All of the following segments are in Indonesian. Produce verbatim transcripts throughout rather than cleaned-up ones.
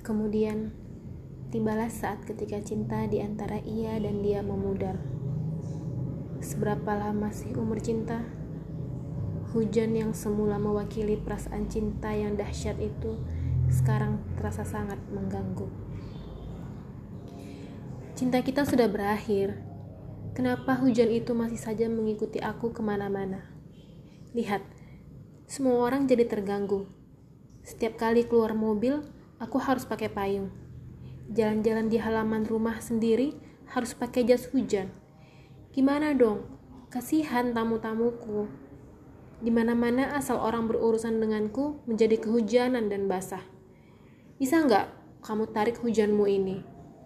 Kemudian, tibalah saat ketika cinta di antara ia dan dia memudar. Seberapa lama sih umur cinta? Hujan yang semula mewakili perasaan cinta yang dahsyat itu sekarang terasa sangat mengganggu. Cinta kita sudah berakhir. Kenapa hujan itu masih saja mengikuti aku kemana-mana? Lihat, semua orang jadi terganggu. Setiap kali keluar mobil, aku harus pakai payung. Jalan-jalan di halaman rumah sendiri harus pakai jas hujan. Gimana dong? Kasihan tamu-tamuku. Di mana-mana asal orang berurusan denganku menjadi kehujanan dan basah. Bisa nggak kamu tarik hujanmu ini?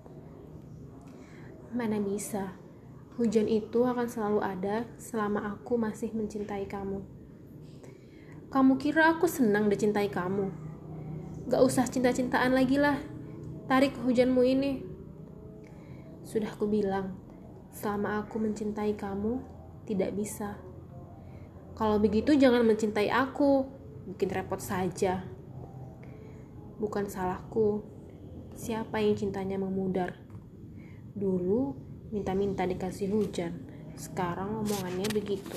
Mana bisa. Hujan itu akan selalu ada selama aku masih mencintai kamu. Kamu kira aku senang dicintai kamu? Gak usah cinta-cintaan lagi lah. Tarik hujanmu ini. Sudah aku bilang, selama aku mencintai kamu, tidak bisa. Kalau begitu jangan mencintai aku, bikin repot saja. Bukan salahku, siapa yang cintanya memudar. Dulu minta-minta dikasih hujan, sekarang omongannya begitu.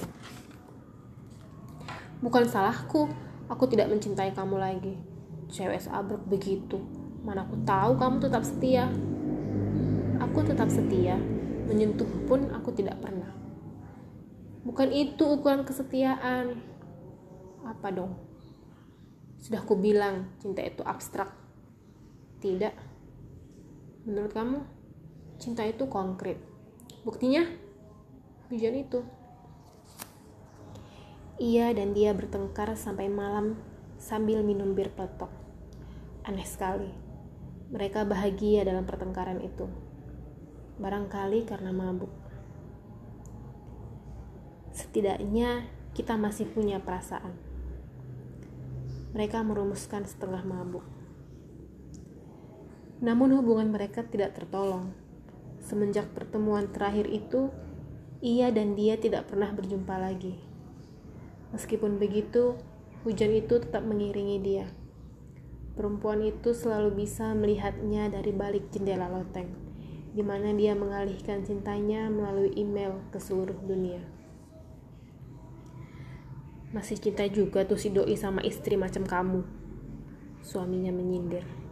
Bukan salahku, aku tidak mencintai kamu lagi. Cewek seabrek begitu, mana aku tahu kamu tetap setia. Aku tetap setia, menyentuh pun aku tidak pernah. Bukan itu ukuran kesetiaan. Apa dong? Sudah ku bilang cinta itu abstrak. Tidak. Menurut kamu, cinta itu konkret. Buktinya, hujan itu. Ia dan dia bertengkar sampai malam sambil minum bir peletok. Aneh sekali. Mereka bahagia dalam pertengkaran itu. Barangkali karena mabuk. Setidaknya kita masih punya perasaan. Mereka merumuskan setengah mabuk. Namun hubungan mereka tidak tertolong. Semenjak pertemuan terakhir itu, ia dan dia tidak pernah berjumpa lagi. Meskipun begitu, hujan itu tetap mengiringi dia. Perempuan itu selalu bisa melihatnya dari balik jendela loteng, di mana dia mengalihkan cintanya melalui email ke seluruh dunia. Masih cinta juga tuh si doi sama istri macam kamu, suaminya menyindir.